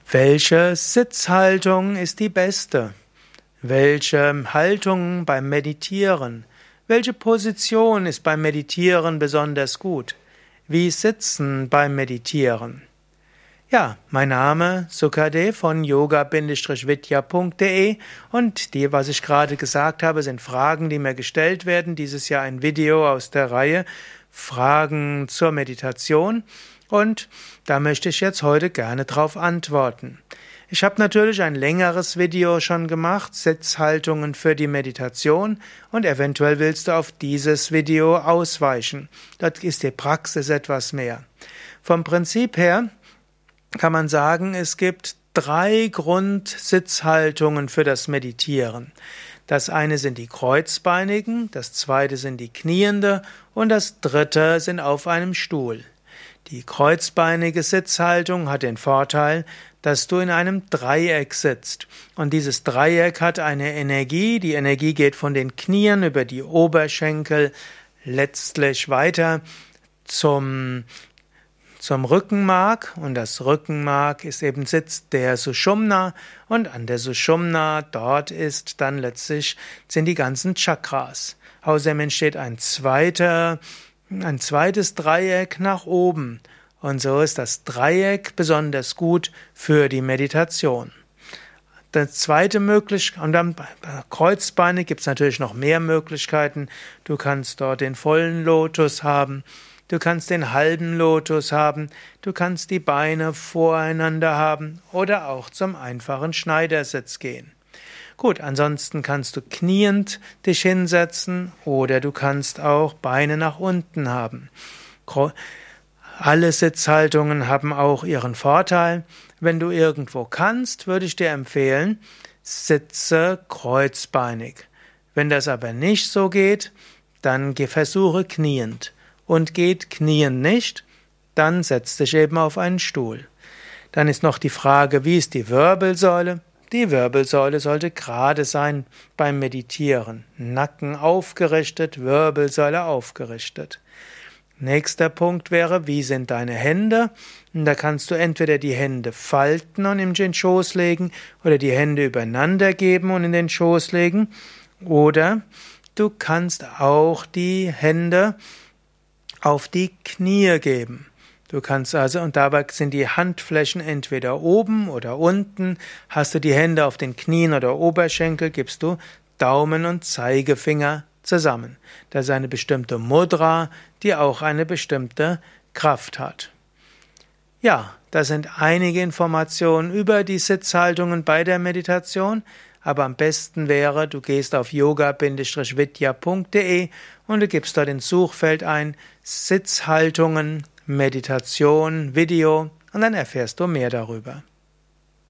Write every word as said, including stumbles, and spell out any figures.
Welche Sitzhaltung ist die beste? Welche Haltung beim Meditieren? Welche Position ist beim Meditieren besonders gut? Wie sitzen beim Meditieren? Ja, mein Name Sukadev von yoga vidya punkt de und die, was ich gerade gesagt habe, sind Fragen, die mir gestellt werden. Dieses Jahr ein Video aus der Reihe Fragen zur Meditation und da möchte ich jetzt heute gerne drauf antworten. Ich habe natürlich ein längeres Video schon gemacht, Sitzhaltungen für die Meditation, und eventuell willst du auf dieses Video ausweichen. Dort ist die Praxis etwas mehr. Vom Prinzip her kann man sagen, es gibt drei Grundsitzhaltungen für das Meditieren. Das eine sind die Kreuzbeinigen, das zweite sind die Kniende und das dritte sind auf einem Stuhl. Die kreuzbeinige Sitzhaltung hat den Vorteil, dass du in einem Dreieck sitzt. Und dieses Dreieck hat eine Energie. Die Energie geht von den Knien über die Oberschenkel letztlich weiter zum zum Rückenmark, und das Rückenmark ist eben Sitz der Sushumna, und an der Sushumna, dort ist dann letztlich, sind die ganzen Chakras. Außerdem entsteht ein zweiter, ein zweites Dreieck nach oben, und so ist das Dreieck besonders gut für die Meditation. Das zweite Möglichkeit, und dann Kreuzbeine gibt es natürlich noch mehr Möglichkeiten. Du kannst dort den vollen Lotus haben. Du kannst den halben Lotus haben, du kannst die Beine voreinander haben oder auch zum einfachen Schneidersitz gehen. Gut, ansonsten kannst du kniend dich hinsetzen oder du kannst auch Beine nach unten haben. Alle Sitzhaltungen haben auch ihren Vorteil. Wenn du irgendwo kannst, würde ich dir empfehlen, sitze kreuzbeinig. Wenn das aber nicht so geht, dann versuche kniend. Und geht Knien nicht, dann setz dich eben auf einen Stuhl. Dann ist noch die Frage, wie ist die Wirbelsäule? Die Wirbelsäule sollte gerade sein beim Meditieren. Nacken aufgerichtet, Wirbelsäule aufgerichtet. Nächster Punkt wäre, wie sind deine Hände? Und da kannst du entweder die Hände falten und in den Schoß legen oder die Hände übereinander geben und in den Schoß legen. Oder du kannst auch die Hände auf die Knie geben. Du kannst also, und dabei sind die Handflächen entweder oben oder unten. Hast du die Hände auf den Knien oder Oberschenkel, gibst du Daumen und Zeigefinger zusammen. Das ist eine bestimmte Mudra, die auch eine bestimmte Kraft hat. Ja, das sind einige Informationen über die Sitzhaltungen bei der Meditation. Aber am besten wäre, du gehst auf yoga vidya punkt de und du gibst dort ins Suchfeld ein Sitzhaltungen, Meditation, Video, und dann erfährst du mehr darüber.